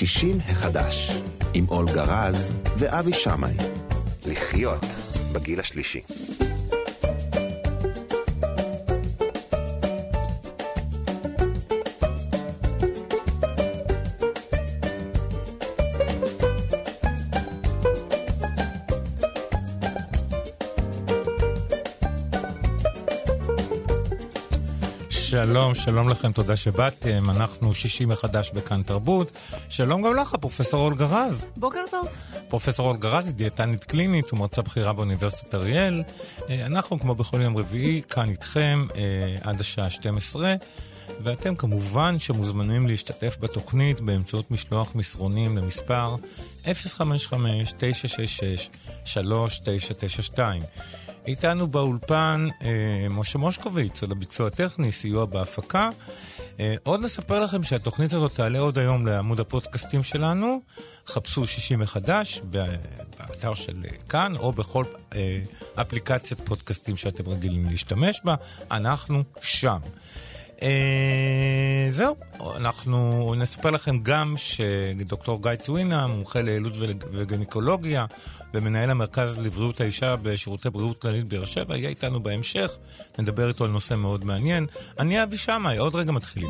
60 החדש, עם אולגה רז ואבי שמאי. לחיות בגיל השלישי. שלום, שלום לכם, תודה שבאתם. אנחנו 60 מחדש בכאן תרבות. שלום גם לך, פרופסור אולגה רז. בוקר טוב. פרופסור אולגה רז היא דיאטנית קלינית ומרצה בכירה באוניברסיטת אריאל. אנחנו כמו בכל יום רביעי כאן איתכם עד השעה 12, ואתם כמובן שמוזמנים להשתתף בתוכנית באמצעות משלוח מסרונים למספר 055-966-3992. איתנו באולפן משה מושקוביץ על הביצוע הטכני, סיוע בהפקה. עוד נספר לכם שהתוכנית הזאת תעלה עוד היום לעמוד הפודקאסטים שלנו. חפשו 60 מחדש באתר של כאן או בכל אפליקציית פודקאסטים שאתם רגילים להשתמש בה. אנחנו שם. זהו, אנחנו נספר לכם גם שדוקטור גיא טווינה, מומחה לילוד וגניקולוגיה ומנהל המרכז לבריאות האישה בשירותי בריאות כללית באר שבע, יהיה איתנו בהמשך, נדבר איתו על נושא מאוד מעניין. אני אבי שמאי, עוד רגע מתחילים.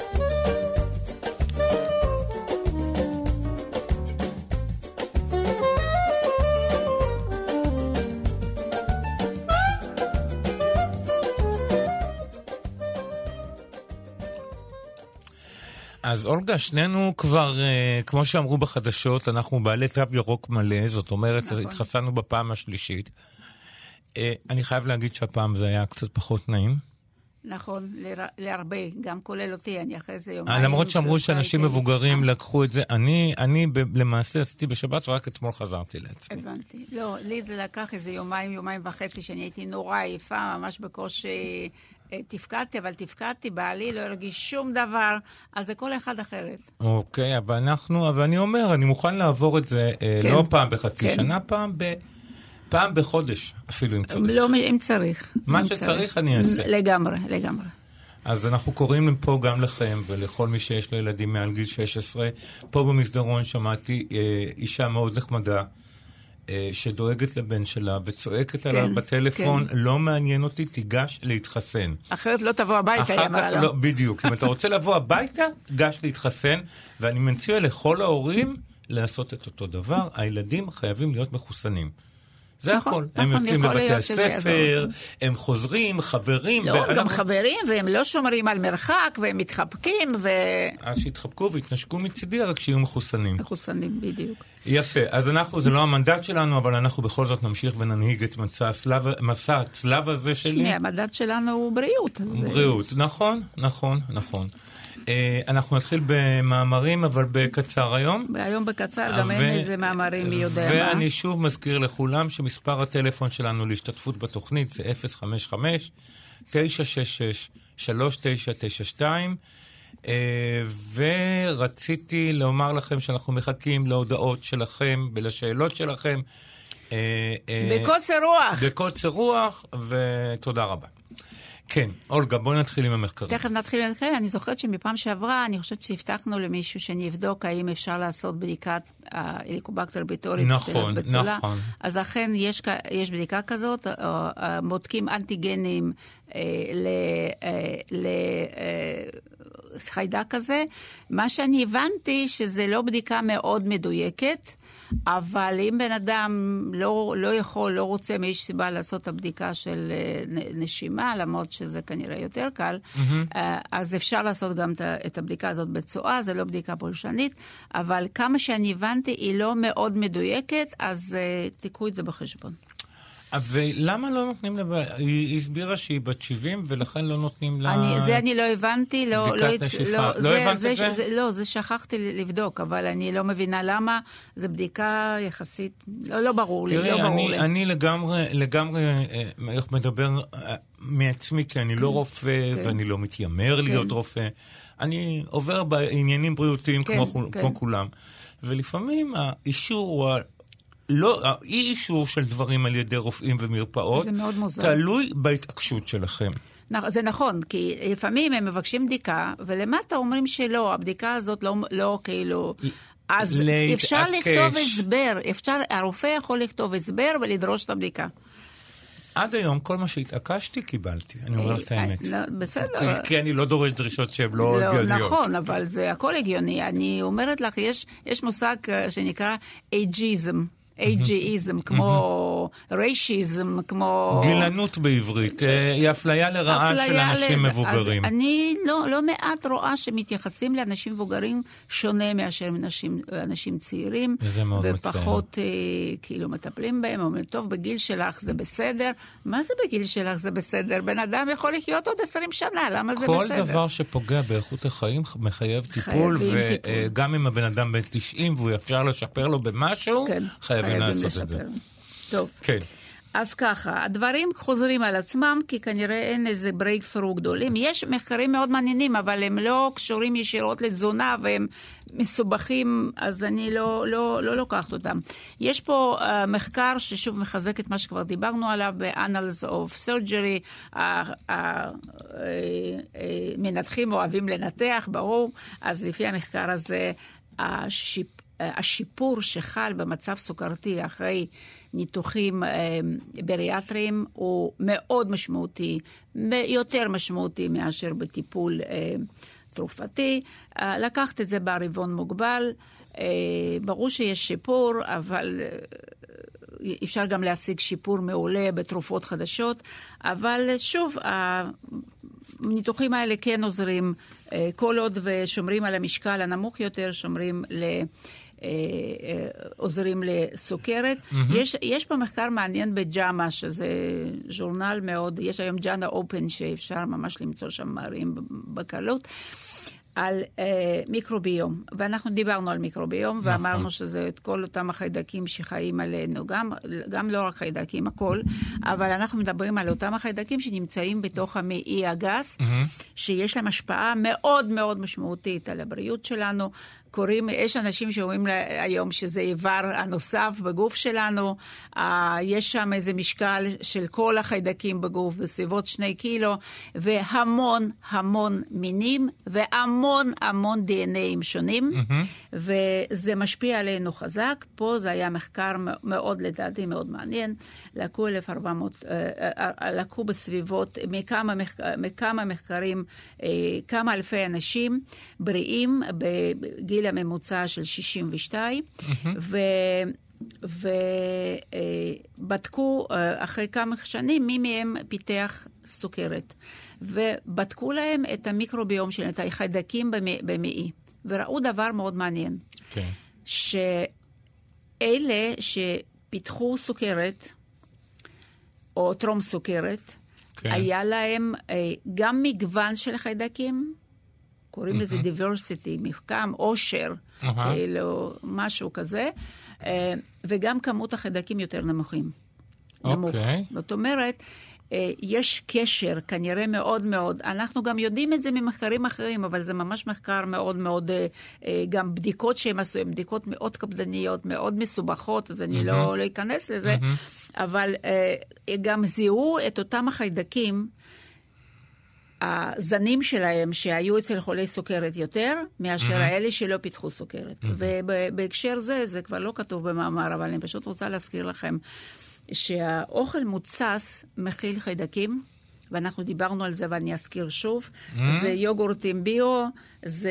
אז אולגה, שנינו כבר, כמו שאמרו בחדשות, אנחנו בעלי תו ירוק מלא, זאת אומרת, נכון. התחסנו בפעם השלישית. אני חייב להגיד שהפעם זה היה קצת פחות נעים. נכון, להרבה, גם כולל אותי, אני אחרי זה יומיים. למרות שאמרו שאנשים מבוגרים לקחו את זה, אני למעשה עשיתי בשבת, ורק אתמול חזרתי לעצמי. הבנתי. לא, לי זה לקח איזה יומיים וחצי, שאני הייתי נורא עייפה, ממש בקושי תפקדתי, אבל תפקדתי, בעלי לא הרגיש שום דבר, אז זה כל אחד אחרת. אוקיי, אבל אני אומר, אני מוכן לעבור את זה, לא פעם בחצי שנה, פעם בחודש, אפילו אם צריך. לא, אם צריך. מה שצריך אני אעשה. לגמרי, לגמרי. אז אנחנו קוראים פה גם לכם, ולכל מי שיש לו ילדים מעל גיל 16. פה במסדרון שמעתי אישה מאוד נחמדה, שדואגת לבן שלה וצועקת עליו בטלפון, לא מעניין אותי, תיגש להתחסן. אחרת לא תבוא הביתה, היא אמרה לו. בדיוק, אם אתה רוצה לבוא הביתה, גש להתחסן, ואני מציע לכל ההורים לעשות את אותו דבר. הילדים חייבים להיות מחוסנים. זה הכל. הם יוצאים לבתי הספר, הם חוזרים, חברים. לא, גם חברים, והם לא שומרים על מרחק, והם מתחבקים, אז שיתחבקו והתנשקו מצידי, רק שיהיו מחוסנים. מחוסנים, בדיוק. יפה, אז זה לא המנדט שלנו, אבל אנחנו בכל זאת נמשיך וננהיג את מסע הצלב הזה שלי. המנדט שלנו הוא בריאות. בריאות, נכון. אנחנו נתחיל במאמרים, אבל בקצר היום. היום בקצר, גם אין איזה מאמרים, מי יודע מה. ואני שוב מזכיר לכולם שמספר הטלפון שלנו להשתתפות בתוכנית זה 055-966-3992. ורציתי לומר לכם שאנחנו מחכים להודעות שלכם ולשאלות שלכם. בקוצר רוח, ותודה רבה. כן, אולגה, בואי נתחיל עם המחקרים. תכף נתחיל עם המחקרים. אני זוכרת שמפעם שעברה, אני חושבת שהבטחנו למישהו שאני אבדוק האם אפשר לעשות בדיקת הליקובקטר ביטוריס. נכון. אז אכן יש בדיקה כזאת, בודקים אנטיגנים לחיידק כזה. מה שאני הבנתי שזה לא בדיקה מאוד מדויקת, אבל אם בן אדם לא רוצה מאיש סיבה לעשות את הבדיקה של נשימה, למרות שזה כנראה יותר קל, אז אפשר לעשות גם את הבדיקה הזאת בצואה, זה לא בדיקה פולשנית, אבל כמה שאני הבנתי היא לא מאוד מדויקת, אז תיקחו את זה בחשבון. ולמה לא נותנים לה, היא הסבירה שהיא בת 70 ולכן לא נותנים לה... זה אני לא הבנתי, בדיקת נשיפה. לא הבנת את זה? לא, זה שכחתי לבדוק, אבל אני לא מבינה למה, זה בדיקה יחסית, לא ברור לי. תראי, אני לגמרי מדבר מעצמי, כי אני לא רופא ואני לא מתיימר להיות רופא. אני עובר בעניינים בריאותיים כמו כולם. ולפעמים האישור הוא... לא, אי אישור של דברים על ידי רופאים ומרפאות, תלוי בהתעקשות שלכם. זה נכון, כי לפעמים הם מבקשים בדיקה, ולמטה אומרים שלא, הבדיקה הזאת לא כאילו, אז אפשר לכתוב הסבר, הרופא יכול לכתוב הסבר ולדרוש את הבדיקה. עד היום כל מה שהתעקשתי קיבלתי, אני אומר את האמת. בסדר. כי אני לא דורש דרישות שהן לא הגיוניות. נכון, אבל זה הכל הגיוני. אני אומרת לך, יש מושג שנקרא אייג'יזם. אייג'יזם, כמו ריישיזם, כמו... גילנות בעברית, היא אפליה לרעה של אנשים מבוגרים. אז אני לא מעט רואה שמתייחסים לאנשים מבוגרים שונה מאשר אנשים צעירים. וזה מאוד מצער. ופחות כאילו מטפלים בהם, אומרים, טוב, בגיל שלך זה בסדר. מה זה בגיל שלך זה בסדר? בן אדם יכול לחיות עוד 20 שנה, למה זה בסדר? כל דבר שפוגע באיכות החיים מחייב טיפול, וגם אם הבן אדם בן 90 והוא אפשר לשפר לו במשהו, חייבים לעשות את זה. טוב. כן. אז ככה, הדברים חוזרים על עצמם, כי כנראה אין איזה breakthrough גדולים. יש מחקרים מאוד מעניינים, אבל הם לא קשורים ישירות לתזונה, והם מסובכים, אז אני לא לוקחת אותם. יש פה מחקר ששוב מחזק את מה שכבר דיברנו עליו, ב-Annals of Surgery, מנתחים אוהבים לנתח, ברור, אז לפי המחקר הזה, השיפור שחל במצב סוכרתי אחרי ניתוחים בריאטריים הוא מאוד משמעותי, יותר משמעותי מאשר בטיפול תרופתי. לקחת את זה בעריבון מוגבל, ברור שיש שיפור, אבל אפשר גם להשיג שיפור מעולה בתרופות חדשות, אבל שוב, הניתוחים האלה כן עוזרים, כל עוד ושומרים על המשקל הנמוך יותר, עוזרים לסוכרת. יש פה מחקר מעניין בג'אמה, שזה ז'ורנל מאוד, יש היום ג'אנה אופן שאפשר ממש למצוא שם מאמרים בקלות, על מיקרוביום. ואנחנו דיברנו על מיקרוביום, ואמרנו שזה את כל אותם החיידקים שחיים עלינו, גם לא רק חיידקים, הכל, אבל אנחנו מדברים על אותם החיידקים שנמצאים בתוך המעי הגס, שיש להם השפעה מאוד מאוד משמעותית על הבריאות שלנו. יש אנשים שאומרים היום שזה איבר הנוסף בגוף שלנו, יש שם איזה משקל של כל החיידקים בגוף בסביבות 2 קילו, והמון המון מינים, והמון המון DNAים שונים, וזה משפיע עלינו חזק. פה זה היה מחקר מאוד, לדעתי, מאוד מעניין. לקחו בסביבות מכמה מחקרים, כמה אלפי אנשים בריאים בגיל הממוצע של 62, ובדקו אחרי כמה שנים מי מהם פיתח סוכרת, ובדקו להם את המיקרוביום שלהם, את החיידקים במעי, וראו דבר מאוד מעניין, שאלה שפיתחו סוכרת או טרום סוכרת, היה להם גם מגוון של חיידקים, קוראים לזה diversity, מפקם, עושר, כאילו, משהו כזה, וגם כמות החיידקים יותר נמוכים. זאת אומרת, יש קשר, כנראה מאוד מאוד, אנחנו גם יודעים את זה ממחקרים אחרים, אבל זה ממש מחקר מאוד מאוד, גם בדיקות שהם עשו, הן בדיקות מאוד קפדניות, מאוד מסובכות, אז אני לא אכנס לזה, אבל גם זיהו את אותם החיידקים, הזנים שלהם שהיו אצל חולי סוכרת יותר, מאשר האלה שלא פיתחו סוכרת. ובהקשר זה, זה כבר לא כתוב במאמר, אבל אני פשוט רוצה להזכיר לכם, שהאוכל מוצס מכיל חיידקים, ואנחנו דיברנו על זה ואני אזכיר שוב, זה יוגורטים ביו, זה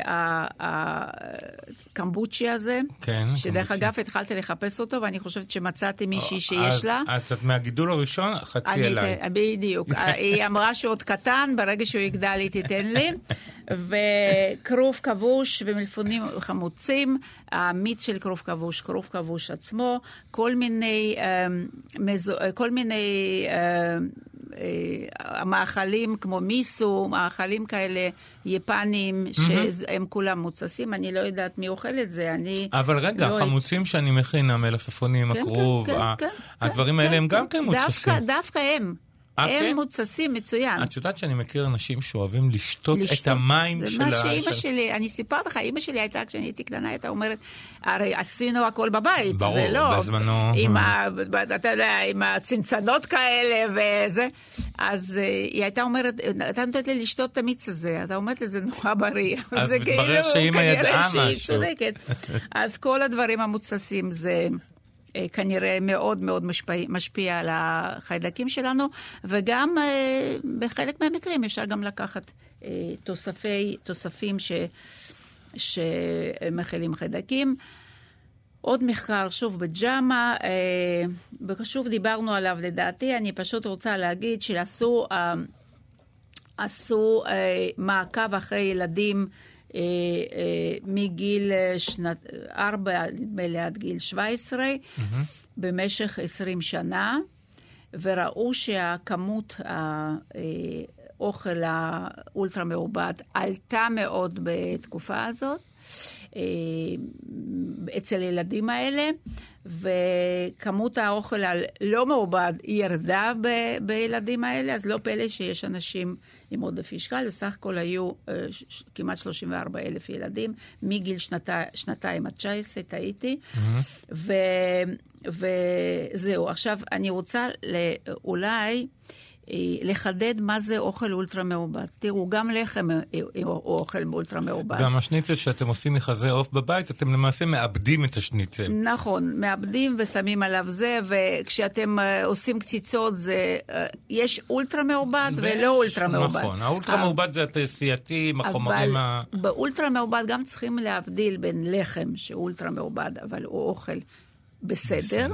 הקמבוצ'י הזה, שדרך אגב התחלתי לחפש אותו, ואני חושבת שמצאתי מישהי שיש לה. אז את מהגידול הראשון, חצי אליי. בדיוק, היא אמרה שעוד קטן, ברגע שהוא יגדל היא תיתן לי, וכרוב כבוש ומלפונים חמוצים, המיץ של כרוב כבוש עצמו, כל מיני המאכלים כמו מיסו, מאכלים כאלה יפנים שהם כולם מוצסים, אני לא יודעת מי אוכל את זה, אבל רגע, החמוצים שאני מכין, המלפפונים, הכרוב, הדברים האלה הם גם כן מוצסים. דווקא הם. הם מוצסים מצוין. את יודעת שאני מכיר אנשים שאוהבים לשתות את המים של... זה מה שאימא שלי, אני סיפרת לך, אימא שלי הייתה, כשאני הייתי קטנה, הייתה אומרת, הרי עשינו הכל בבית. ברור, זה לא, בזמנו. אתה יודע, עם הצנצנות כאלה וזה. אז היא הייתה אומרת, אתה נותנת לי לשתות את המיץ הזה, אתה אומרת לזה נורא בריא. אז מתברר שאימא ידעה משהו. אז כל הדברים המוצסים זה... כנראה מאוד מאוד משפיע על החיידקים שלנו, וגם בחלק מהמקרים אפשר גם לקחת תוספים שמכילים חיידקים. עוד מחקר, שוב בג'אמה, ושוב דיברנו עליו לדעתי, אני פשוט רוצה להגיד שעשו מעקב אחרי ילדים מגיל 4, נדמה לי עד גיל 17, במשך 20 שנה, וראו שהכמות האוכל האולטרה מעובד עלתה מאוד בתקופה הזאת, אצל ילדים האלה, וכמות האוכל הלא מעובד ירדה בילדים האלה, אז לא פלא שיש אנשים עם עודף משקל. בסך הכל היו כמעט 34,000 ילדים, מגיל שנתיים עד 19, טעיתי. וזהו, עכשיו אני רוצה אולי לחדד מה זה אוכל אולטרה מעובד. תראו, גם לחם הוא אוכל אולטרה מעובד. גם השניצל שאתם עושים מחזה עוף בבית, אתם למעשה מאבדים את השניצל. נכון, מאבדים ושמים עליו זה, וכשאתם עושים קציצות, יש אולטרה מעובד ולא אולטרה מעובד. נכון, האולטרה מעובד זה התעשייתי עם החומרים אבל באולטרה מעובד גם צריכים להבדיל בין לחם שהוא אולטרה מעובד, אבל הוא אוכל בסדר.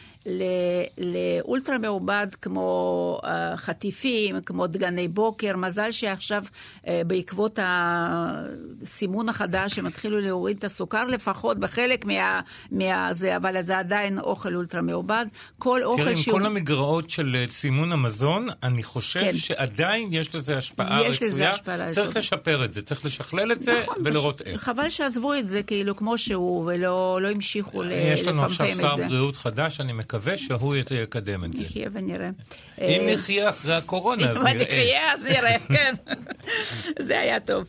לאולטרה מעובד כמו חטיפים, כמו דגני בוקר. מזל שעכשיו בעקבות הסימון החדש הם התחילו להוריד את הסוכר לפחות בחלק מהזה, אבל זה עדיין אוכל אולטרה מעובד. כל אוכל תראי, עם כל המגרעות של סימון המזון, אני חושב שעדיין יש לזה השפעה רצויה. צריך לשפר את זה, צריך לשכלל את זה ולראות איך. חבל שעזבו את זה כאילו כמו שהוא ולא המשיכו לפמפם את זה. יש לנו עכשיו שר בריאות חדש, אני מקווה שהוא יקדם את זה. נחיה ונראה. אם נחיה אחרי הקורונה, אז נראה. אם נחיה, אז נראה, כן. זה היה טוב.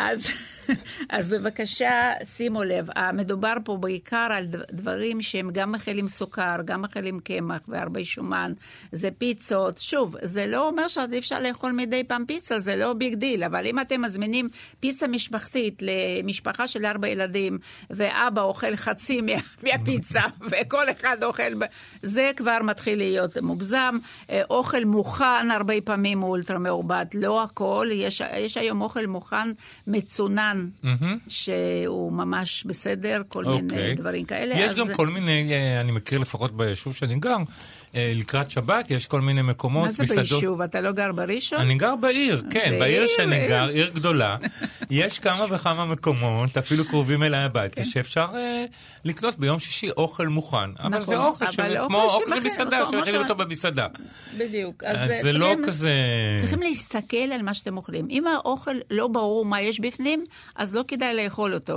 אז בבקשה, שימו לב, מדובר פה בעיקר על דברים שהם גם מכילים סוכר, גם מכילים קמח והרבה שומן, זה פיצות. שוב, זה לא אומר שאי אפשר לאכול מדי פעם פיצה, זה לא ביג דיל, אבל אם אתם מזמינים פיצה משפחתית למשפחה של 4 ילדים, ואבא אוכל חצי מהפיצה, וכל אחד אוכל, זה כבר מתחיל להיות מוגזם. אוכל מוכן הרבה פעמים הוא אולטרה מעובד, לא הכל, יש היום אוכל מוכן מצונן, שהוא ממש בסדר, כל מיני דברים כאלה. יש גם כל מיני, אני מכיר לפחות ביישוב שאני גר, לקראת שבת, יש כל מיני מקומות. מה זה ביישוב? אתה לא גר בראשון? אני גר בעיר, כן, בעיר שאני גר, עיר גדולה. יש כמה וכמה מקומות, אפילו קרובים אליי הביתה, שאפשר לקנות ביום שישי אוכל מוכן. אבל זה אוכל כמו אוכל במסעדה, שאוכלים אותו במסעדה. בדיוק. אז זה לא כזה... צריכים להסתכל על מה שאתם אוכלים. אם האוכל לא ברור מה יש בפנים, אז לא כדאי לאכול אותו.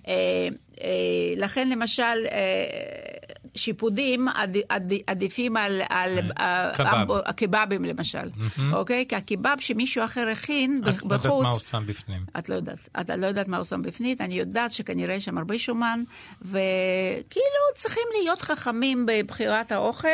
לכן למשל שיפודים עדיפים על הקבבים למשל, אוקיי? כי הקבב שמישהו אחר הכין בחוץ... את יודעת מה הוא שם בפנים. את לא יודעת. את לא יודעת מה הוא שם בפנים. אני יודעת שכנראה שם הרבה שומן, וכאילו צריכים להיות חכמים בבחירת האוכל,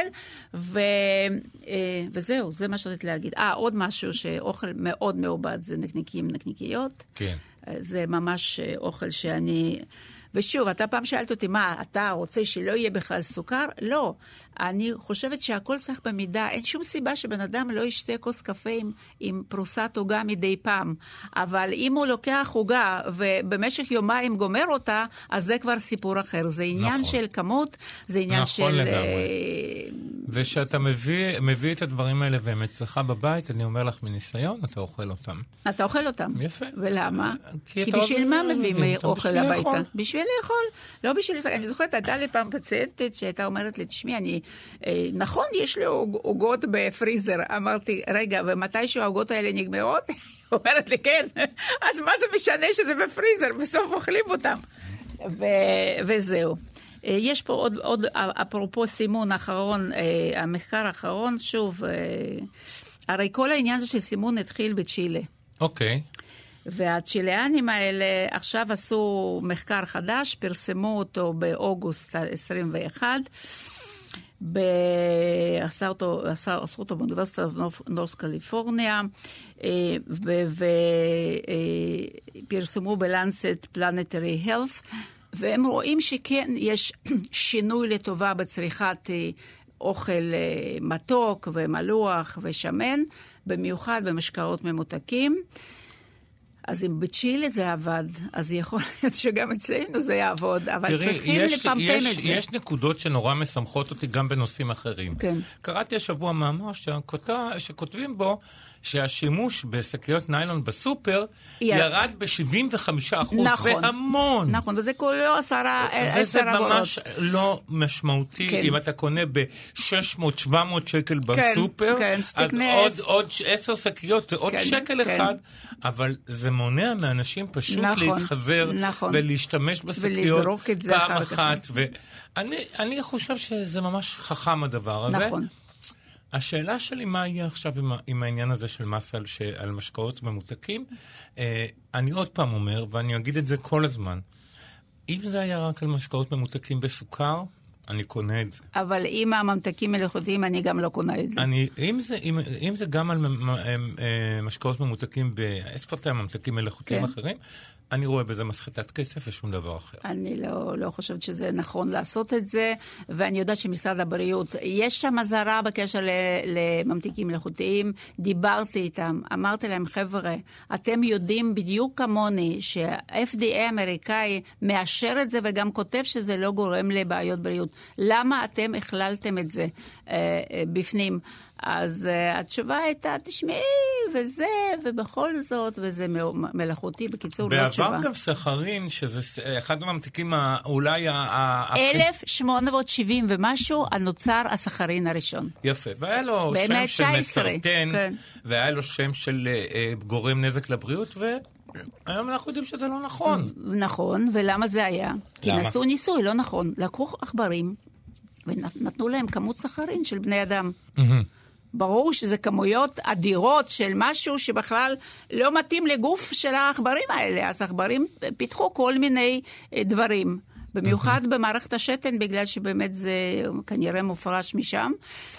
וזהו, זה מה שרציתי להגיד. עוד משהו שאוכל מאוד מעובד זה נקניקים, נקניקיות. כן. זה ממש אוכל שאני... ושוב, אתה פעם שאלת אותי, מה, אתה רוצה שלא יהיה בכלל סוכר? לא. אני חושבת שהכל צריך במידה. אין שום סיבה שבן אדם לא ישתה כוס קפה עם פרוסת עוגה מדי פעם. אבל אם הוא לוקח עוגה ובמשך יומיים גומר אותה, אז זה כבר סיפור אחר. זה עניין של כמות, זה עניין של... נכון לגמרי. ושאתה מביא את הדברים האלה והם אצלך בבית, אני אומר לך מניסיון, אתה אוכל אותם. אתה אוכל אותם. יפה. ולמה? כי בשביל מה מביאים אוכל הביתה? בשביל לאכול. לא בשביל... אני זוכרת, הייתה לי פעם פציינטית שהייתה אומרת לי, תשמעי, נכון, יש לי עוגות בפריזר. אמרתי, רגע, ומתישהו העוגות האלה נגמרות? היא אומרת לי, כן. אז מה זה משנה שזה בפריזר? בסוף אוכלים אותם. וזהו. יש פה עוד אפרופו סימון האחרון, המחקר האחרון, שוב, הרי כל העניין הזה של סימון התחיל בצ'ילה. אוקיי. והצ'יליאנים האלה עכשיו עשו מחקר חדש, פרסמו אותו באוגוסט 21, עשו אותו באוניברסיטת נורת' קליפורניה, ופרסמו בלנסט פלנטרי הלת', והם רואים שכן יש שינוי לטובה בצריכת אוכל מתוק ומלוח ושמן, במיוחד במשקאות ממותקים. אז אם בצ'ילה זה עבד, אז יכול להיות שגם אצלנו זה יעבוד, אבל צריכים לפמפם את זה. יש נקודות שנורא משמחות אותי גם בנושאים אחרים. כן. קראתי השבוע מאמר שכותבים בו שהשימוש בשקיות ניילון בסופר ירד ב-75%. נכון. והמון. נכון, וזה כולו 10 אגורות. וזה ממש לא משמעותי. כן. אם אתה קונה ב-600-700 שקל בסופר, כן, אז עוד 10 שקיות, זה עוד כן, שקל כן. אחד, אבל זה מונע מאנשים פשוט נכון, להתחזר נכון. ולהשתמש בשקיות פעם אחת. ואני חושב שזה ממש חכם הדבר הזה. נכון. השאלה שלי, מה יהיה עכשיו עם העניין הזה של מס על משקאות ממותקים? אני עוד פעם אומר, ואני אגיד את זה כל הזמן, אם זה היה רק על משקאות ממותקים בסוכר, אני קונה את זה. אבל אם הממתקים מלאכותיים, אני גם לא קונה את זה. אם זה גם על משקאות ממותקים באספרטם, ממתקים מלאכותיים כן. אחרים, אני רואה בזה מסחטת כסף ושום דבר אחר. אני לא חושבת שזה נכון לעשות את זה, ואני יודעת שמשרד הבריאות, יש שם אזהרה בקשר לממתיקים מלאכותיים, דיברתי איתם, אמרתי להם, חבר'ה, אתם יודעים בדיוק כמוני, שה-FDA האמריקאי מאשר את זה, וגם כותב שזה לא גורם לבעיות בריאות. למה אתם הכללתם את זה בפנים? אז התשובה הייתה, תשמעי, וזה, ובכל זאת, וזה מלאכותי, בקיצור, לא תשובה. בעבר גם סחרין, שזה אחד הממתיקים אולי 1870 ומשהו, הנוצר הסחרין הראשון. יפה, והיה לו שם של מסרטן, כן. והיה לו שם של גורם נזק לבריאות, והיום אנחנו יודעים שזה לא נכון. נכון, ולמה זה היה? כי נעשו ניסוי, לא נכון. לקחו עכברים, ונתנו להם כמות סחרין של בני אדם. ברור שזה כמויות אדירות של משהו שבכלל לא מתאים לגוף של העכברים האלה. אז העכברים פיתחו כל מיני דברים, במיוחד במערכת השתן, בגלל שבאמת זה כנראה מופרש משם.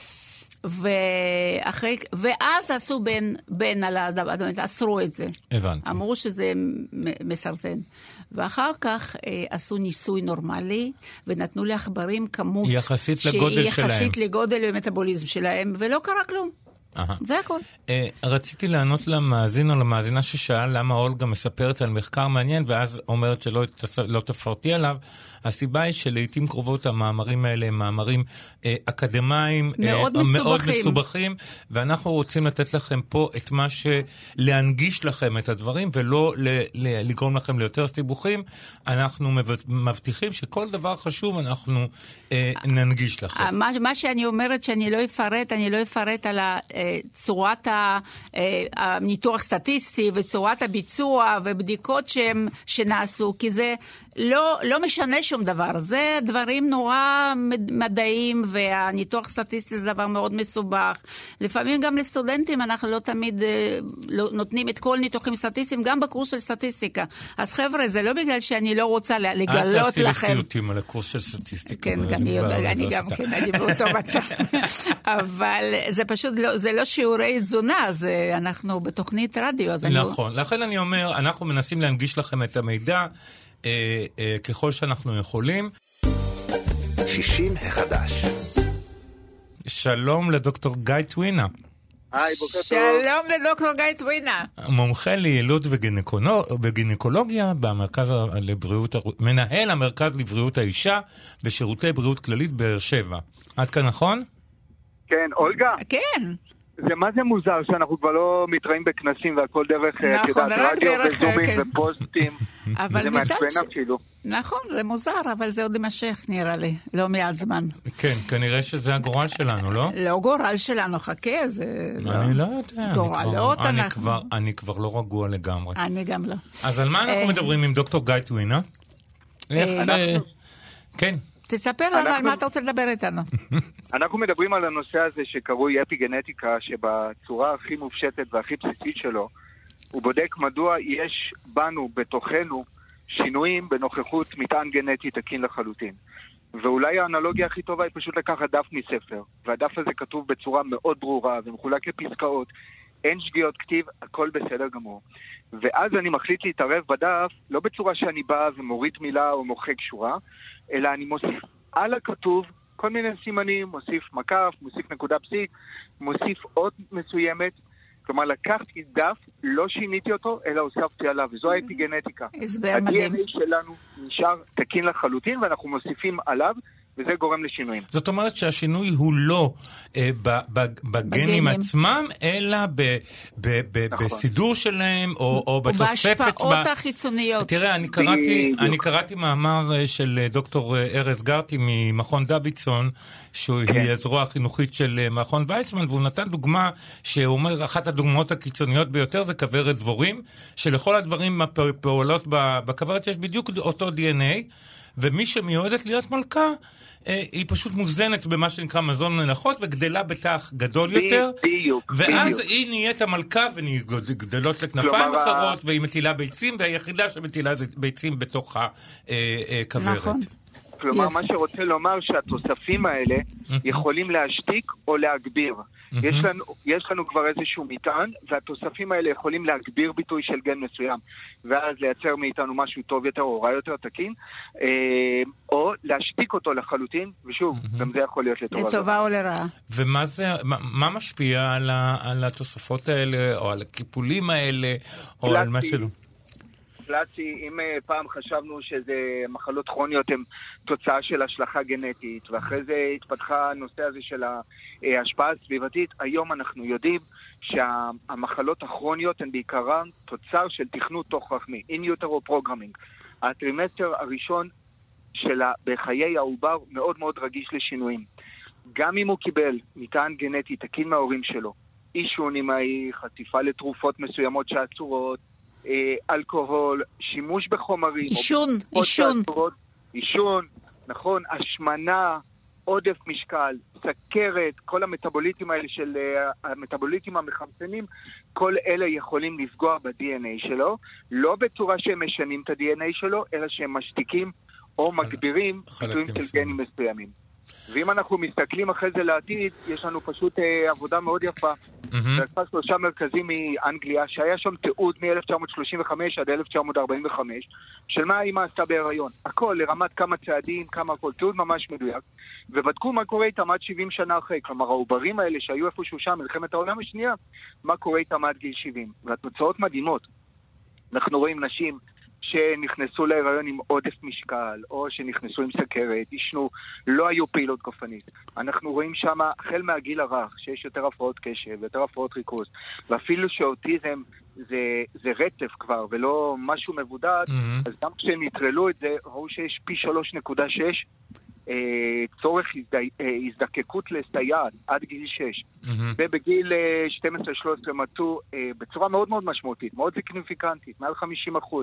ואז עשו בין על הדבר, אסרו את זה. הבנתי. אמרו שזה מסרטן. ואחר כך עשו ניסוי נורמלי, ונתנו לעכברים כמות יחסית לגודל שלהם. יחסית לגודל ומטאבוליזם שלהם, ולא קרה כלום. זה הכל. רציתי לענות למאזין או למאזינה ששאל למה אולגה מספרת על מחקר מעניין, ואז אומרת שלא תפרטי עליו. הסיבה היא שלעיתים קרובות המאמרים האלה הם מאמרים אקדמיים, מאוד מסובכים, ואנחנו רוצים לתת לכם פה את מה להנגיש לכם את הדברים, ולא לגרום לכם ליותר סיבוכים. אנחנו מבטיחים שכל דבר חשוב אנחנו ננגיש לכם. מה שאני אומרת שאני לא אפרט על צורת הניתוח סטטיסטי וצורת הביצוע ובדיקות שנעשו, כי זה לא משנה שום דבר. זה דברים נורא מדעיים, והניתוח סטטיסטי זה דבר מאוד מסובך. לפעמים גם לסטודנטים אנחנו לא תמיד נותנים את כל ניתוחים סטטיסטיים, גם בקורס של סטטיסטיקה. אז חבר'ה, זה לא בגלל שאני לא רוצה לגלות לכם. תעשי לסיוטים על הקורס של סטטיסטיקה. כן, אני גם כן, אני באותו מצב. אבל זה פשוט, זה לא שיעורי תזונה, אנחנו בתוכנית רדיו. נכון, לכן אני אומר, אנחנו מנסים להנגיש לכם את המידע, ככל שאנחנו יכולים. 60 החדש. שלום לדוקטור גיא טווינה. היי, בוקר טוב. שלום לדוקטור גיא טווינה. מומחה ליילוד וגינקולוגיה במרכז לבריאות, מנהל המרכז לבריאות האישה בשירותי בריאות כללית באר שבע. עד כאן נכון? כן, אולגה? כן. מה זה מוזר שאנחנו כבר לא מתראים בכנסים והכל דרך רדיו וזומים ופוסטים. אבל מצד נכון, זה מוזר, אבל זה עוד יימשך נראה לי, לא מעט זמן. כן, כנראה שזה הגורל שלנו, לא? לא גורל שלנו, חכה, זה... אני לא יודע. גורלות אנחנו. אני כבר לא רגוע לגמרי. אני גם לא. אז על מה אנחנו מדברים עם דוקטור גיא טווינה? כן. תספר לנו על מה אתה רוצה לדבר איתנו. אנחנו מדברים על הנושא הזה שקרוי אפיגנטיקה, שבצורה הכי מופשטת והכי בסיסית שלו, הוא בודק מדוע יש בנו, בתוכנו, שינויים בנוכחות מטען גנטי תקין לחלוטין. ואולי האנלוגיה הכי טובה היא פשוט לקחת דף מספר, והדף הזה כתוב בצורה מאוד ברורה ומחולק לפסקאות, אין שגיאות כתיב, הכל בסדר גמור. ואז אני מחליט להתערב בדף, לא בצורה שאני בא ומוריד מילה או מוחק שורה, אלא אני מוסיף על הכתוב כל מיני סימנים, מוסיף מקף, מוסיף נקודה פסיק, מוסיף עוד מסוימת, כלומר לקחתי דף, לא שיניתי אותו, אלא הוספתי עליו, וזו האפיגנטיקה. הסבר מדהים. ה-DNA שלנו נשאר תקין לחלוטין, ואנחנו מוסיפים עליו, וזה גורם לשינויים. זאת אומרת שהשינוי הוא לא בגנים עצמם, אלא בסידור שלהם, או בתוספת. ובהשפעות החיצוניות. תראה, אני קראתי מאמר של דוקטור ארז גרטי ממכון דוידסון, שהיא הזרוע החינוכית של מכון ויצמן, והוא נתן דוגמה, שהוא אומר, אחת הדוגמאות הקיצוניות ביותר זה כוורת דבורים, שלכל הדברים הפעולות בכוורת יש בדיוק אותו DNA, ומי שמיועדת להיות מלכה, היא פשוט מוזנת במה שנקרא מזון מנחות, וגדלה בתח גדול יותר, ואז היא נהיית המלכה, וגדלות לכנפיים אחרות, והיא מטילה ביצים, והיחידה שמטילה ביצים בתוך הכוורת. נכון. כלומר, מה שרוצה לומר שהתוספים האלה יכולים להשתיק או להגביר. יש לנו כבר איזשהו מטען, והתוספים האלה יכולים להגביר ביטוי של גן מסוים, ואז לייצר מאיתנו משהו טוב יותר או רע יותר תקין, או להשתיק אותו לחלוטין, ושוב, גם זה יכול להיות לטובה. לטובה או לרעה. ומה זה, מה משפיע על התוספות האלה, או על הקיפולים האלה, או על מה שלא? אם פעם חשבנו שזה מחלות כרוניות הן תוצאה של השלכה גנטית, ואחרי זה התפתחה הנושא הזה של ההשפעה הסביבתית, היום אנחנו יודעים שהמחלות הכרוניות הן בעיקרן תוצר של תכנות תוך רחמי, in utero programming. הטרימסטר הראשון בחיי העובר מאוד מאוד רגיש לשינויים. גם אם הוא קיבל מטען גנטי תקין מההורים שלו, עישון אמאי, חשיפה לתרופות מסוימות שאסורות, אלכוהול, שימוש בחומרים, עישון, נכון, השמנה, עודף משקל, סכרת, כל המטאבוליטים האלה של המטאבוליטים המחמצנים, כל אלה יכולים לפגוע ב-DNA שלו, לא בצורה שהם משנים את ה-DNA שלו, אלא שהם משתיקים או מגבירים ביטויים של גנים מסוימים. ואם אנחנו מסתכלים אחרי זה לעתיד, יש לנו פשוט עבודה מאוד יפה. ועשה 3 מרכזים מאנגליה, שהיה שם תיעוד מ-1935 עד 1945, של מה האמא עשתה בהיריון. הכל, לרמת כמה צעדים, כמה הכל, תיעוד ממש מדויק. ובדקו מה קורה איתם עד 70 שנה אחרי. כלומר, העוברים האלה שהיו איפשהו שם, מלחמת העולם השנייה, מה קורה איתם עד גיל 70. והתוצאות מדהימות. אנחנו רואים נשים שנכנסו להיריון עם עודף משקל, או שנכנסו עם סכרת, ישנו, לא היו פעילות גופנית. אנחנו רואים שם, החל מהגיל הרך, שיש יותר הפרעות קשב, יותר הפרעות ריכוז, ואפילו שאוטיזם זה רצף כבר, ולא משהו מבודד, אז גם כשהם נטרלו את זה, ראו שיש פי 3.6, צורך הזדקקות לסייעת עד גיל 6. ובגיל 12-13 מצאו בצורה מאוד מאוד משמעותית, מאוד סגניפיקנטית, מעל 50%,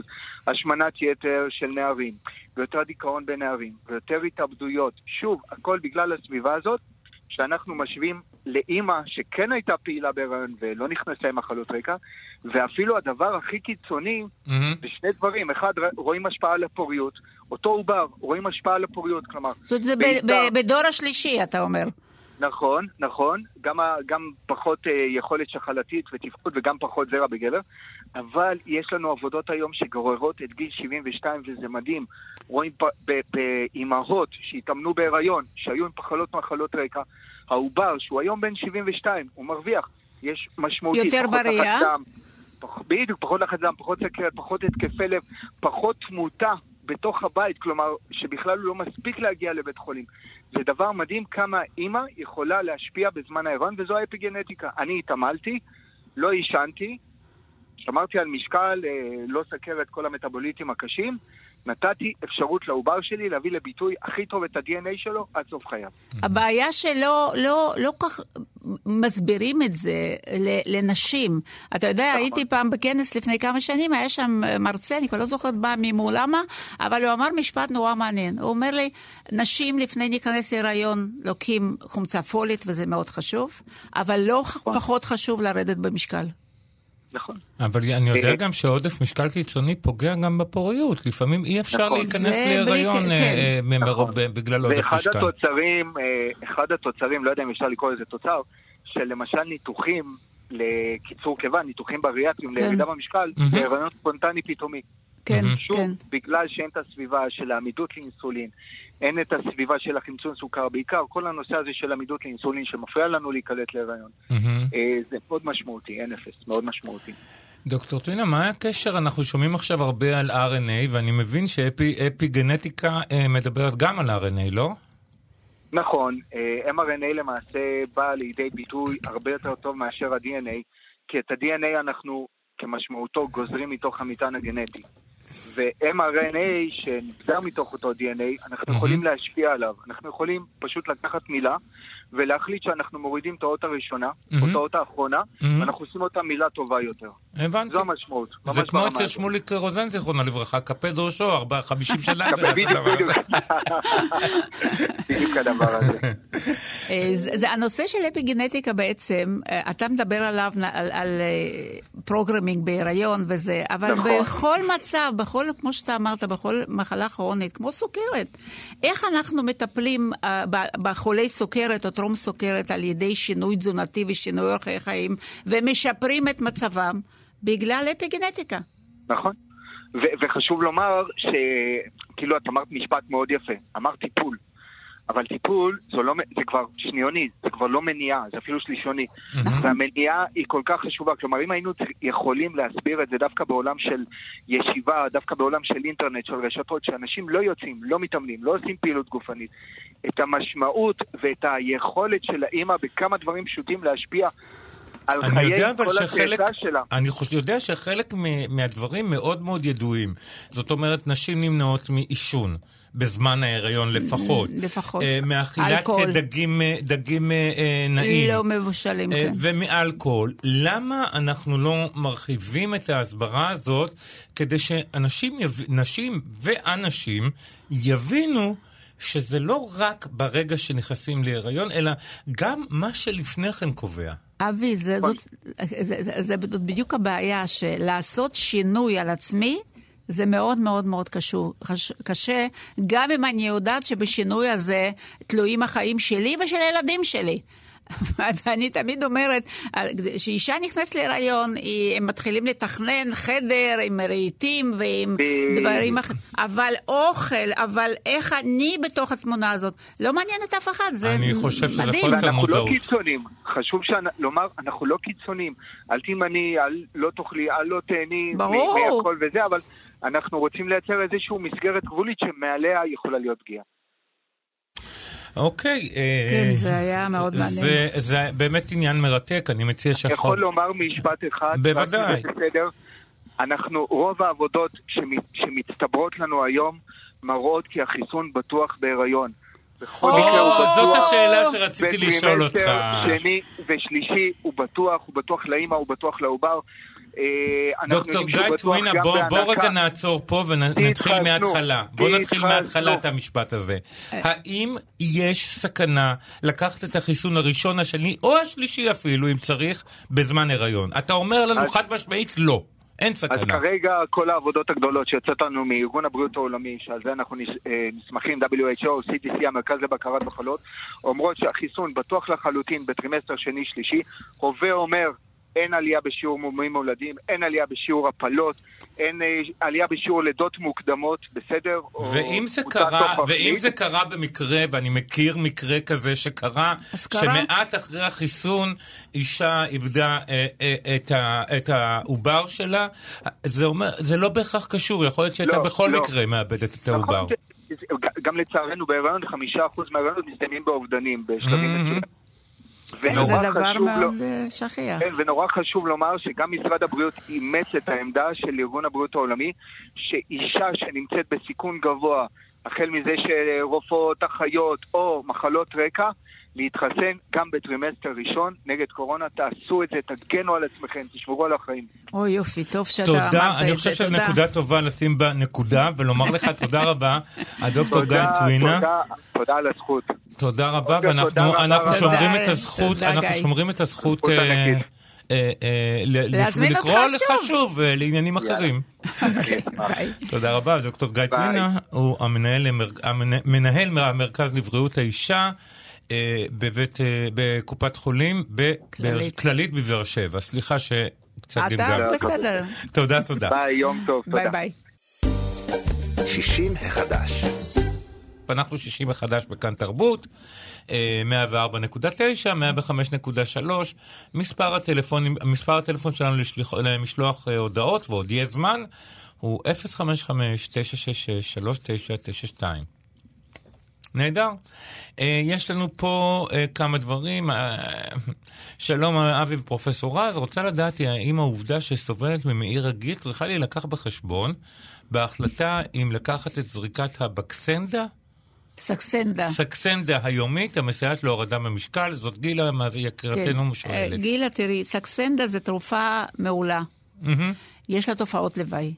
השמנת יתר של נערים, ויותר דיכאון בנערים, ויותר התאבדויות. שוב, הכל בגלל הסביבה הזאת, שאנחנו משווים לאמא שכן הייתה פעילה בהיריון ולא נכנסה עם מחלות רקע, ואפילו הדבר הכי קיצוני זה שני דברים. אחד, רואים השפעה על הפוריות. אותו עובר, רואים השפעה על הפוריות, כלומר... זאת זה בדור השלישי, אתה אומר. נכון, נכון. גם פחות יכולת שחלתית ותפקוד וגם פחות זרע בגבר. אבל יש לנו עבודות היום שגוררות את גיל 72, וזה מדהים. רואים באימהות שהתאמנו בהיריון, שהיו עם מחלות רקע, העובר, שהוא היום בן 72, הוא מרוויח. יש משמעותית. יותר בריאה? בדיוק, פחות לחץ דם, פחות סכרת, פחות התקפי לב, פחות תמותה בתוך הבית, כלומר, שבכלל הוא לא מספיק להגיע לבית חולים. זה דבר מדהים כמה אימא יכולה להשפיע בזמן ההיריון, וזו האפיגנטיקה. אני התעמלתי, לא ישנתי, שמרתי על משקל, לא סכרת כל המטאבוליטים הקשים, נתתי אפשרות לעובר שלי להביא לביטוי הכי טוב את ה-DNA שלו עד סוף חייו. הבעיה שלא כך מסבירים את זה לנשים. אתה יודע, הייתי פעם בכנס לפני כמה שנים, היה שם מרצה, אני כבר לא זוכרת בא ממולמה, אבל הוא אמר משפט נורא מעניין. הוא אומר לי, נשים לפני להיכנס להיריון לוקים חומצה פולית, וזה מאוד חשוב, אבל לא פחות חשוב לרדת במשקל. נכון. אבל אני יודע גם שעודף משקל קיצוני פוגע גם בפוריות. לפעמים אי אפשר להיכנס להיריון בגלל עודף משקל. אחד התוצרים, לא יודע אם אפשר לקרוא לזה תוצר, של למשל ניתוחים לקיצור קיבה, ניתוחים בריאטריים לירידה במשקל, זה הריון ספונטני פתאומי. שוב, בגלל שאין את הסביבה של העמידות לאינסולין, אין את הסביבה של החמצון סוכר, בעיקר כל הנושא הזה של עמידות לאינסולין שמפריע לנו להיקלט להיריון. זה מאוד משמעותי, NFS, מאוד משמעותי. דוקטור טוינה, מה הקשר? אנחנו שומעים עכשיו הרבה על RNA, ואני מבין שאפיגנטיקה מדברת גם על RNA, לא? נכון, mRNA למעשה בא לידי ביטוי הרבה יותר טוב מאשר ה-DNA, כי את ה-DNA אנחנו כמשמעותו גוזרים מתוך המטען הגנטי. ו-mRNA שנגזר מתוך אותו DNA, אנחנו יכולים להשפיע עליו. אנחנו יכולים פשוט לקחת מילה ולהחליט שאנחנו מורידים את האות הראשונה, או את האות האחרונה, ואנחנו עושים אותה מילה טובה יותר. הבנתי. זו המשמעות. זה כמו אצל שמוליק רוזן, זיכרונה לברכה, קפד ראשו, 50 שנה זה בדיוק הדבר הזה. זה הנושא של אפיגנטיקה בעצם, אתה מדבר עליו, על פרוגרמינג בהיריון וזה, אבל בכל מצב, כמו שאתה אמרת, בכל מחלה כרונית, כמו סוכרת, איך אנחנו מטפלים בחולי סוכרת או טרום סוכרת על ידי שינוי תזונתי ושינוי אורחי חיים, ומשפרים את מצבם בגלל אפיגנטיקה. נכון. וחשוב לומר שכאילו את אמרת משפט מאוד יפה, אמרת טיפול. אבל טיפול זה כבר שניוני, זה כבר לא מניעה, זה אפילו שלישוני. והמניעה היא כל כך חשובה. כלומר, אם היינו יכולים להסביר את זה דווקא בעולם של ישיבה, דווקא בעולם של אינטרנט, של רשתות, שאנשים לא יוצאים, לא מתאמנים, לא עושים פעילות גופנית, את המשמעות ואת היכולת של האמא בכמה דברים פשוטים להשפיע על חיי כל התעצה שלה. אני יודע שחלק מהדברים מאוד מאוד ידועים. זאת אומרת, נשים נמנעות מאישון. בזמן ההיריון לפחות. מאכילת דגים נעים. לא מבושלים, כן. ומאלכוהול. למה אנחנו לא מרחיבים את ההסברה הזאת, כדי שנשים ואנשים יבינו שזה לא רק ברגע שנכנסים להיריון, אלא גם מה שלפני כן קובע. אבי, זה בדיוק הבעיה, שלעשות שינוי על עצמי, זה מאוד מאוד מאוד קשה, גם אם אני יודעת שבשינוי הזה תלויים החיים שלי ושל הילדים שלי. ואני תמיד אומרת, שאישה נכנס להיריון, הם מתחילים לתכנן חדר עם רהיטים ועם דברים אחרים, אבל אוכל, אבל איך אני בתוך התמונה הזאת, לא מעניין את אף אחד, זה מדהים. אני חושב שזה חוסר מודעות. אנחנו לא קיצונים, חשוב לומר, אנחנו לא קיצונים, אל תימני, לא תאכלי, לא תהני, מהכל וזה, אבל אנחנו רוצים לייצר איזשהו מסגרת גבולית שמעליה יכולה להיות פגיעה. אוקיי. כן, זה היה מאוד מעניין. זה באמת עניין מרתק, אני מציע שיכול... יכול לומר משפט אחד? בוודאי. רוב העבודות שמצטברות לנו היום מראות כי החיסון בטוח בהיריון. זאת השאלה שרציתי לשאול אותך. שני ושלישי הוא בטוח לאמא, הוא בטוח לעובר. דוקטור גיא טווינה, בוא רגע נעצור פה ונתחיל מההתחלה. בוא נתחיל מההתחלה את המשפט הזה. האם יש סכנה לקחת את החיסון הראשון, השני או השלישי אפילו, אם צריך, בזמן הריון? אתה אומר לנו חד משמעית לא. אין סכנה. אז כרגע כל העבודות הגדולות שיוצאת לנו מארגון הבריאות העולמי, שעל זה אנחנו נסמכים, WHO, CDC, המרכז לבקרת מחלות, אומרות שהחיסון בטוח לחלוטין בטרימסטר שני שלישי. הווה אומר, אין עלייה בשיעור מומים מולדים, אין עלייה בשיעור הפלות, אין עלייה בשיעור לידות מוקדמות, בסדר? ואם זה קרה במקרה, ואני מכיר מקרה כזה שקרה, שמעט אחרי החיסון אישה איבדה את העובר שלה, זה לא בהכרח קשור, יכול להיות שהייתה בכל מקרה מאבדת את העובר. גם לצערנו בהיריון 5% מההיריונות מסתיימים באובדנים בשלבים מסוימים. זה דבר מאוד שכיח. כן, ונורא חשוב לומר שגם משרד הבריאות אימץ את העמדה של ארגון הבריאות העולמי, שאישה שנמצאת בסיכון גבוה, החל מזה שרופאות, אחיות או מחלות רקע, להתחסן גם בטרימסטר ראשון נגד קורונה. תעשו את זה, תגנו על עצמכם, תשמרו על החיים. אוי יופי, טוב שאתה אמרת את זה. תודה, אני חושב שנקודה טובה לשים בה נקודה, ולומר לך תודה רבה, הדוקטור גיא טווינה. תודה על הזכות. תודה רבה, ואנחנו שומרים את הזכות לקרוא לך שוב לעניינים אחרים. תודה רבה, דוקטור גיא טווינה, הוא מנהל המרכז לבריאות האישה בקופת חולים כללית בבאר שבע. סליחה שקצת גמגמתי. אתה בסדר. תודה. ביי, יום טוב. ביי. 60 החדש. אנחנו 60 החדש בכאן תרבות, 104.9, 105.3, מספר הטלפון שלנו למשלוח הודעות, ועוד יהיה זמן, הוא 055-966-3992. נהדר. יש לנו פה כמה דברים. שלום אבי ופרופסור רז, רוצה לדעת האם העובדה שסובלת ממעי רגיז צריכה להילקח בחשבון בהחלטה אם לקחת את זריקת הבקסנדה? סקסנדה היומית, המסייעת להורדה במשקל. זאת גילה, מה זה יקרתנו שואלת. גילה, תראי, סקסנדה זה תרופה מעולה. יש לה תופעות לוואי.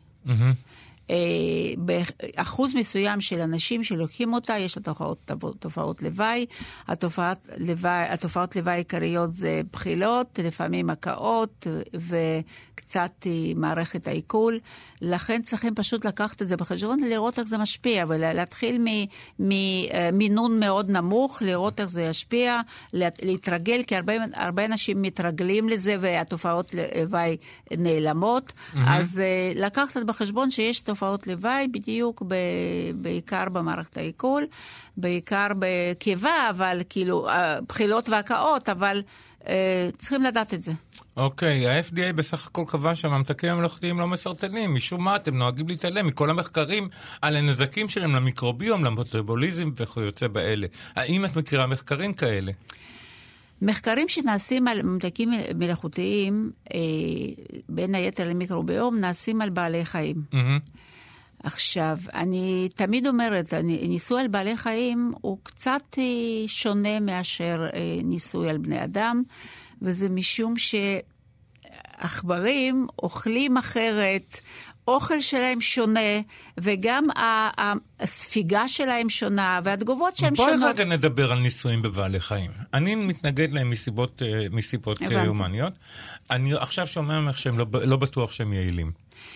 באחוז מסוים של אנשים שלוקחים אותה, יש לה תופעות לוואי. התופעות לוואי העיקריות זה בחילות, לפעמים הקאות וקצת מערכת העיכול. לכן צריכים פשוט לקחת את זה בחשבון, לראות איך זה משפיע, ולהתחיל ממינון מאוד נמוך, לראות איך זה ישפיע, להתרגל, כי הרבה אנשים מתרגלים לזה, והתופעות לוואי נעלמות. אז לקחת בחשבון שיש תופעות לוואי, בדיוק בעיקר במערכת העיכול, בעיקר בקיבה, אבל כאילו, בחילות והקאות, אבל צריכים לדעת את זה. אוקיי, ה-FDA בסך הכל קבע שהממתקים המלאכותיים לא מסרטנים. משום מה אתם נוהגים להתעלם מכל המחקרים על הנזקים שלהם למיקרוביום, למטאבוליזם וכיוצא באלה. האם את מכירה מחקרים כאלה? מחקרים שנעשים על ממתקים מלאכותיים, בין היתר למיקרוביום, נעשים על בעלי חיים. עכשיו, אני תמיד אומרת, ניסוי על בעלי חיים הוא קצת שונה מאשר ניסוי על בני אדם, וזה משום שעכברים אוכלים אחרת, אוכל שלהם שונה, וגם הספיגה שלהם שונה, והתגובות שהם שונות. בואי רגע נדבר על ניסויים בבעלי חיים. אני מתנגד להם מסיבות הומניות. אני עכשיו שומע ממך שהם לא בטוח שהם יעילים.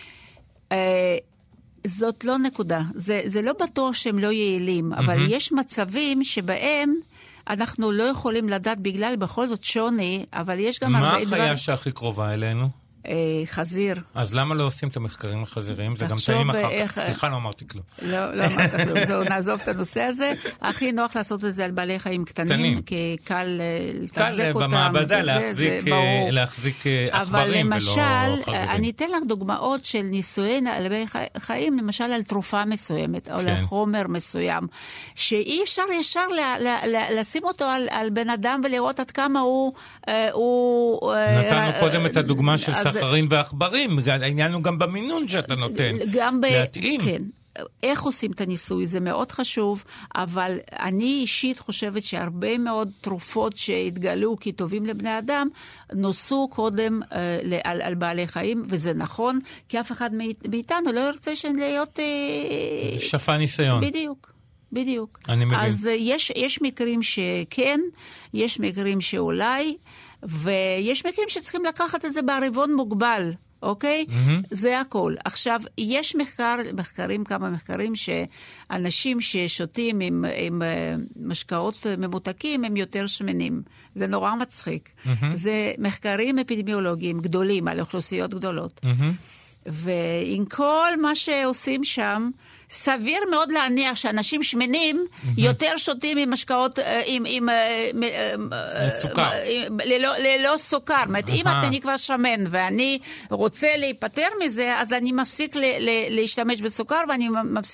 זאת לא נקודה. זה לא בטוח שהם לא יעילים, אבל יש מצבים שבהם אנחנו לא יכולים לדעת בגלל בכל זאת שוני, אבל יש גם מה החיה שהכי קרובה אלינו? חזיר. אז למה לא עושים את המחקרים החזיריים? זה גם טעים אחר כך. סליחה, לא אמרתי כלום. לא אמרת כלום. זהו, נעזוב את הנושא הזה. הכי נוח לעשות את זה על בעלי חיים קטנים, כי קל לתחזק אותם. במעבדה להחזיק עכברים ולא חזירים. אבל למשל, אני אתן לך דוגמאות של ניסויים על בעלי חיים, למשל על תרופה מסוימת, או לחומר מסוים, שאי אפשר ישר לשים אותו על בן אדם ולראות עד כמה הוא... נתנו קודם את הדוגמה של סחרים ועכברים, העניין הוא גם במינון שאתה נותן, להתאים. כן, איך עושים את הניסוי, זה מאוד חשוב, אבל אני אישית חושבת שהרבה מאוד תרופות שהתגלו כטובים לבני אדם, נוסו קודם על בעלי חיים, וזה נכון, כי אף אחד מאיתנו לא ירצה להיות... שפה ניסיון. בדיוק. אני מבין. אז יש מקרים שכן, יש מקרים שאולי, ויש מקרים שצריכים לקחת את זה בערבון מוגבל, אוקיי? זה הכל. עכשיו, יש כמה מחקרים שאנשים ששותים עם משקאות ממותקים הם יותר שמנים. זה נורא מצחיק. זה מחקרים אפידמיולוגיים גדולים על אוכלוסיות גדולות. ועם כל מה שעושים שם, סביר מאוד להניח שאנשים שמנים יותר שותים עם משקאות, עם סוכר. ללא סוכר. אם אני כבר שמן ואני רוצה להיפטר מזה, אז אני מפסיק להשתמש בסוכר, ואני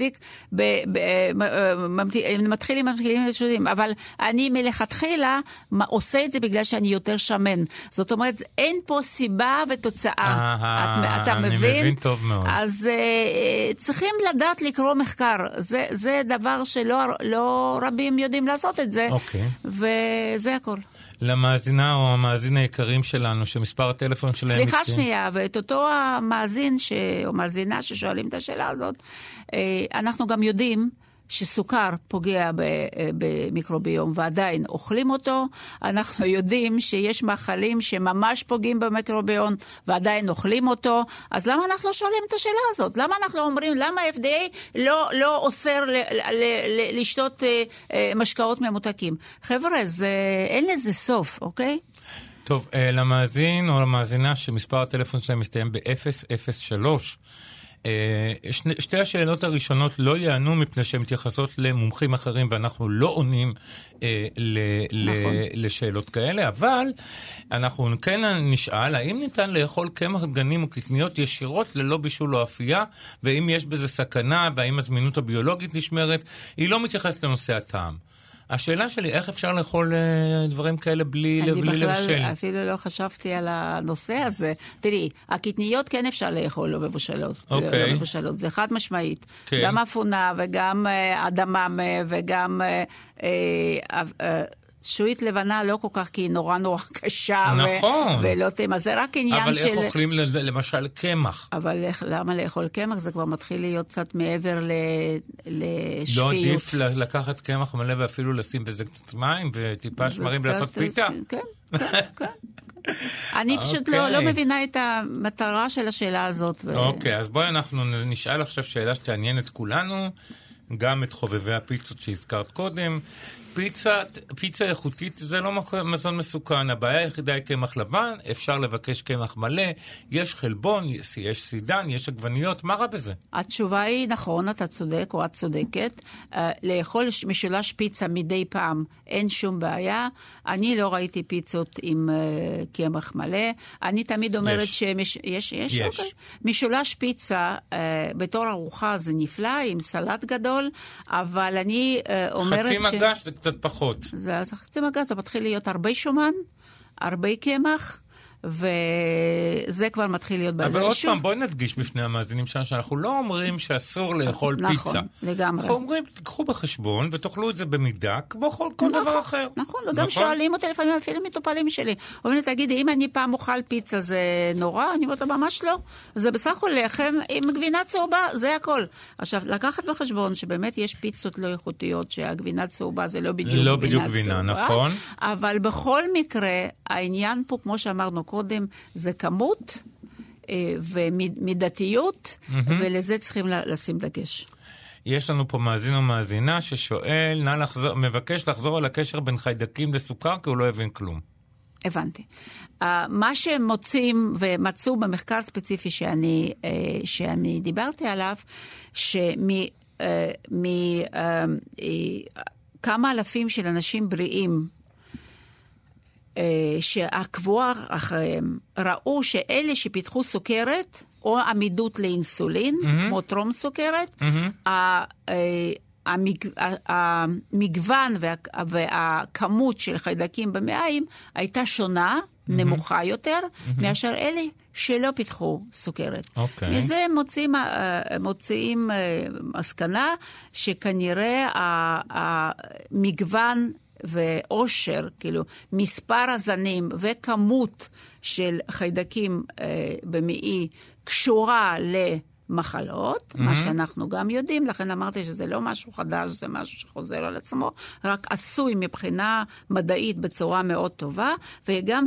מתחילים לשותים. אבל אני מלכתחילה עושה את זה בגלל שאני יותר שמן. זאת אומרת, אין פה סיבה ותוצאה. אתה מבין? אני מבין טוב מאוד. אז צריכים לדעת לקרוא לקרוא מחקר. זה דבר שלא רבים יודעים לעשות את זה, וזה הכל. למאזינה או המאזין היקרים שלנו, שמספר הטלפון שלהם... סליחה שנייה, ואת אותו המאזין או מאזינה ששואלים את השאלה הזאת, אנחנו גם יודעים שסוכר פוגע במיקרוביום ועדיין אוכלים אותו. אנחנו יודעים שיש מאכלים שממש פוגעים במיקרוביום ועדיין אוכלים אותו. אז למה אנחנו לא שואלים את השאלה הזאת? למה אנחנו אומרים, למה FDA לא אוסר לשתות משקאות ממותקים? חבר'ה, אין לזה סוף, אוקיי? טוב, למאזין או למאזינה שמספר הטלפון שלהם מסתיים ב-003, שתי השאלות הראשונות לא יענו מפני שהן מתייחסות למומחים אחרים, ואנחנו לא עונים לשאלות כאלה, אבל אנחנו כן נשאל, האם ניתן לאכול קמח דגנים או קטניות ישירות ללא בישול או אפייה, ואם יש בזה סכנה, והאם הזמינות הביולוגית נשמרת? היא לא מתייחסת לנושא הטעם. השאלה שלי, איך אפשר לאכול דברים כאלה בלי לבשל? אני בכלל אפילו לא חשבתי על הנושא הזה. תראי, הקטניות כן אפשר לאכול לא מבושלות. לא מבושלות, זה חד משמעית. גם אפונה וגם אדמם וגם... שועית לבנה לא כל כך, כי היא נורא קשה. נכון. ולא תימה, זה רק עניין של... אבל איך אוכלים למשל קמח? אבל למה לאכול קמח? זה כבר מתחיל להיות קצת מעבר לשפיות. לא עדיף לקחת קמח מלא ואפילו לשים בזה קצת מים וטיפה שמרים ולעשות פיתה? כן. אני פשוט לא מבינה את המטרה של השאלה הזאת. אוקיי, אז בואי אנחנו נשאל עכשיו שאלה שתעניין את כולנו, גם את חובבי הפיצות שהזכרת קודם. פיצה איכותית זה לא מזון מסוכן, הבעיה היחידה היא קמח לבן, אפשר לבקש קמח מלא, יש חלבון, יש סידן, יש עגבניות, מה רע בזה? התשובה היא נכון, אתה צודק או את צודקת, לאכול משולש פיצה מדי פעם אין שום בעיה, אני לא ראיתי פיצות עם קמח מלא, אני תמיד אומרת יש. משולש פיצה בתור ארוחה זה נפלא, עם סלט גדול, אבל אני אומרת חצי מגש זה קצת פחות. זה חצי מגש, זה מתחיל להיות הרבה שומן, הרבה קמח, וזה כבר מתחיל להיות... אבל עוד פעם, בואי נדגיש בפני המאזינים שלנו, שאנחנו לא אומרים שאסור לאכול פיצה. נכון, לגמרי. אנחנו אומרים, תקחו בחשבון ותאכלו את זה במידה, כמו כל דבר אחר. נכון, וגם שואלים אותי לפעמים, אפילו מטופלים שלי. אומרים לי, תגידי, אם אני פעם אוכל פיצה זה נורא? אני אומרת, ממש לא. זה בסך הכל לחם עם גבינה צהובה, זה הכל. עכשיו, לקחת בחשבון שבאמת יש פיצות לא איכותיות, שהגבינה צהובה זה לא בדיוק גבינה, נכון. אבל בכל מקרה, העניין פה, כמו שאמרנו קודם, זה כמות ומידתיות, ולזה צריכים לשים דגש. יש לנו פה מאזין או מאזינה ששואל, מבקש לחזור על הקשר בין חיידקים לסוכר, כי הוא לא הבין כלום. הבנתי. מה שהם מוצאים ומצאו במחקר ספציפי שאני דיברתי עליו, כמה אלפים של אנשים בריאים, שעקבו אחריהם, ראו שאלה שפיתחו סוכרת, או עמידות לאינסולין, כמו טרום סוכרת, המגוון והכמות של חיידקים במעיים הייתה שונה, נמוכה יותר, מאשר אלה שלא פיתחו סוכרת. מזה מוצאים מסקנה שכנראה המגוון ואושר, כאילו, מספר הזנים וכמות של חיידקים במעי קשורה למחלות, מה שאנחנו גם יודעים, לכן אמרתי שזה לא משהו חדש, זה משהו שחוזר על עצמו, רק עשוי מבחינה מדעית בצורה מאוד טובה, וגם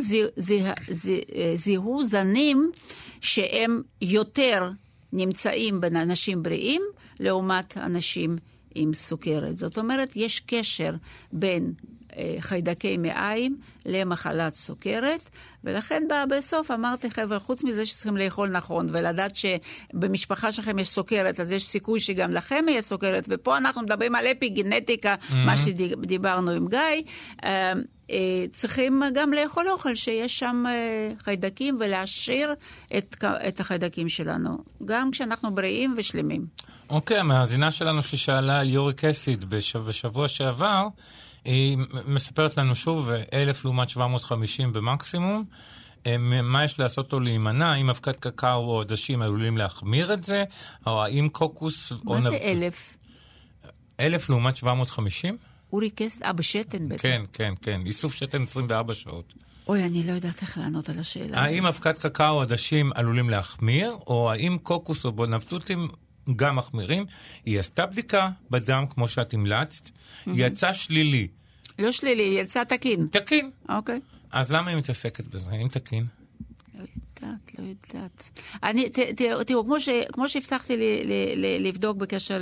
זיהו זנים שהם יותר נמצאים בין אנשים בריאים, לעומת אנשים עם סוכרת. זאת אומרת, יש קשר בין חיידקי מעיים למחלת סוכרת, ולכן בסוף אמרתי, חבר'ה, חוץ מזה שצריכים לאכול נכון, ולדעת שבמשפחה שלכם יש סוכרת, אז יש סיכוי שגם לכם יהיה סוכרת, ופה אנחנו מדברים על אפי-גנטיקה, מה שדיברנו עם גיא, צריכים גם לאכול אוכל שיש שם חיידקים, ולהשאיר את החיידקים שלנו, גם כשאנחנו בריאים ושלמים. אוקיי, המאזינה שלנו ששאלה על יוריק אסיד בשבוע שעבר, היא מספרת לנו שוב 1,000 לעומת 750 במקסימום, מה יש לעשות או להימנע, האם אבקת קקאו או עדשים עלולים להחמיר את זה, או האם קוקוס... מה זה 1,000? 1,000 לעומת 750? אורי כסת, בשתן בטח. כן. איסוף שתן 24 שעות. אוי, אני לא יודעת איך לענות על השאלה. האם אבקת קקאו או עדשים עלולים להחמיר, או האם קוקוס או בונבטותים גם מחמירים? היא עשתה בדיקה בדם, כמו שאת המלצת, היא יצאה שלילי. לא שלילי, היא יצאה תקין. תקין. אוקיי. אז למה היא מתעסקת בזה? אם תקין? לא יודעת. תראו, כמו שהבטחתי לבדוק בקשר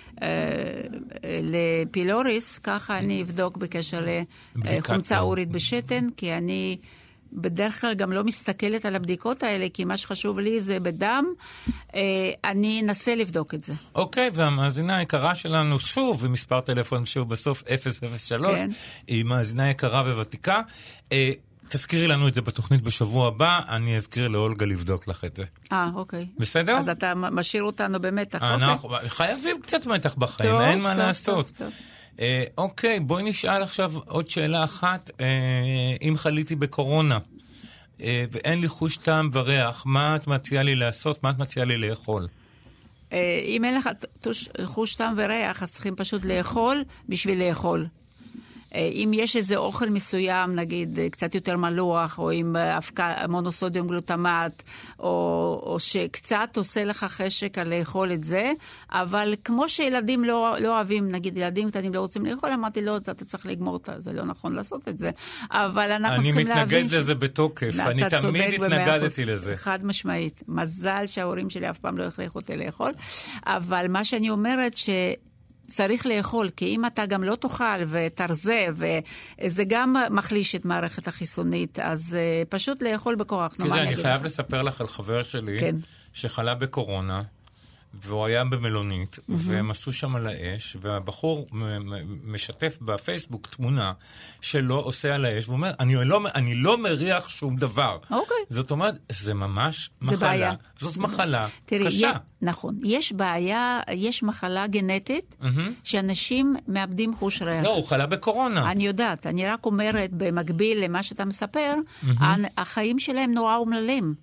לפילוריס, ככה אני אבדוק בקשר לחומצה אורית בשתן, כי אני בדרך כלל גם לא מסתכלת על הבדיקות האלה, כי מה שחשוב לי זה בדם, אני אנסה לבדוק את זה. אוקיי, והמאזינה היקרה שלנו שוב, ומספר טלפון שוב בסוף 003, היא מאזינה יקרה וותיקה, תזכירי לנו את זה בתוכנית בשבוע הבא, אני אזכיר לאולגה לבדוק לך את זה. אוקיי. בסדר? אז אתה משאיר אותנו במתח, אנחנו חייבים קצת מתח בחיים, אין מה לעשות. אוקיי, בואי נשאל עכשיו עוד שאלה אחת. אם חליתי בקורונה, ואין לי חוש טעם וריח, מה את מציעה לי לעשות? מה את מציעה לי לאכול? אם אין לך חוש טעם וריח, אז צריכים פשוט לאכול בשביל לאכול. אם יש איזה אוכל מסוים, נגיד קצת יותר מלוח, או עם מונוסודיום גלוטמט, או שקצת עושה לך חשק על לאכול את זה, אבל כמו שילדים לא אוהבים, נגיד ילדים קטנים לא רוצים לאכול, אמרתי לא, אתה צריך לגמור, זה לא נכון לעשות את זה, אבל אנחנו צריכים להבין... אני מתנגד לזה בתוקף, אני תמיד התנגדתי לזה. חד משמעית, מזל שההורים שלי אף פעם לא הכריחו אותי לאכול, אבל מה שאני אומרת צריך לאכול, כי אם אתה גם לא תאכל ותרזה, וזה גם מחליש את מערכת החיסונית, אז פשוט לאכול בכוח. תראה, אני חייב לספר לך על חבר שלי, שחלה בקורונה, והוא היה במלונית, והם עשו שם על האש, והבחור משתף בפייסבוק תמונה שלו עושה על האש, ואומר, אני לא מריח שום דבר. זאת אומרת, זה ממש מחלה. זאת מחלה קשה. נכון. יש בעיה, יש מחלה גנטית, שאנשים מאבדים חוש ריח. לא, הוא חלה בקורונה. אני יודעת. אני רק אומרת, במקביל למה שאתה מספר, החיים שלהם נורא אומללים.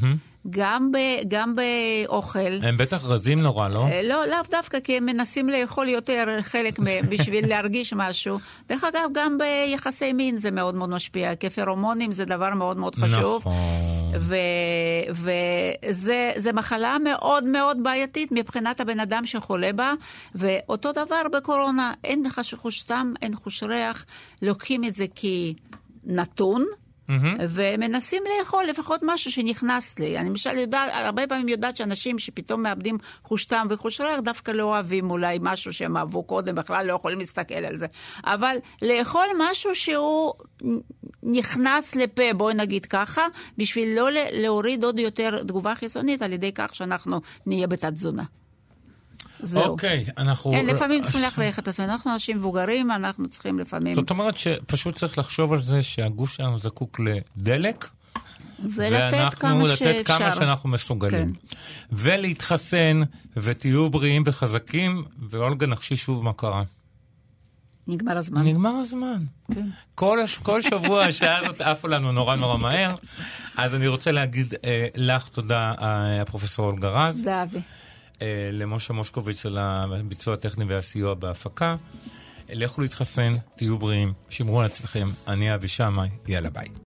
גם באוכל. הם בטח רזים נורא, לא? לא, לאו דווקא, כי הם מנסים לאכול יותר חלק בשביל להרגיש משהו. דרך אגב, גם ביחסי מין זה מאוד מאוד משפיע. כפרומונים זה דבר מאוד מאוד חשוב. וזה מחלה מאוד מאוד בעייתית מבחינת הבן אדם שחולה בה, ואותו דבר בקורונה, אין לך חוש טעם, אין חוש ריח, לוקחים את זה כנתון, ומנסים לאכול לפחות משהו שנכנס לי. אני למשל הרבה פעמים יודעת שאנשים שפתאום מאבדים חוש טעם וחוש ריח דווקא לא אוהבים אולי משהו שהם אהבו קודם, בכלל לא יכולים להסתכל על זה. אבל לאכול משהו שהוא נכנס לפה, בואי נגיד ככה, בשביל לא להוריד עוד יותר תגובה חיסונית על ידי כך שאנחנו נהיה בתת תזונה. אוקיי, אנחנו... לפעמים צריכים להכריח את עצמנו, אנחנו אנשים מבוגרים, אנחנו צריכים לפעמים... זאת אומרת שפשוט צריך לחשוב על זה שהגוף שלנו זקוק לדלק, ולתת כמה שאפשר. כמה שאנחנו מסוגלים. ולהתחסן, ותהיו בריאים וחזקים, ואולגה נחשי שוב מה קרה. נגמר הזמן. נגמר הזמן. כל שבוע השעה הזאת עפה לנו נורא נורא מהר, אז אני רוצה להגיד לך תודה, הפרופסור אולגה רז. דאבי. למשה מושקוביץ על הביצוע הטכני והסיוע בהפקה. לכו להתחסן, תהיו בריאים, שמרו על עצמכם. אני אבי שמאי, יאללה ביי.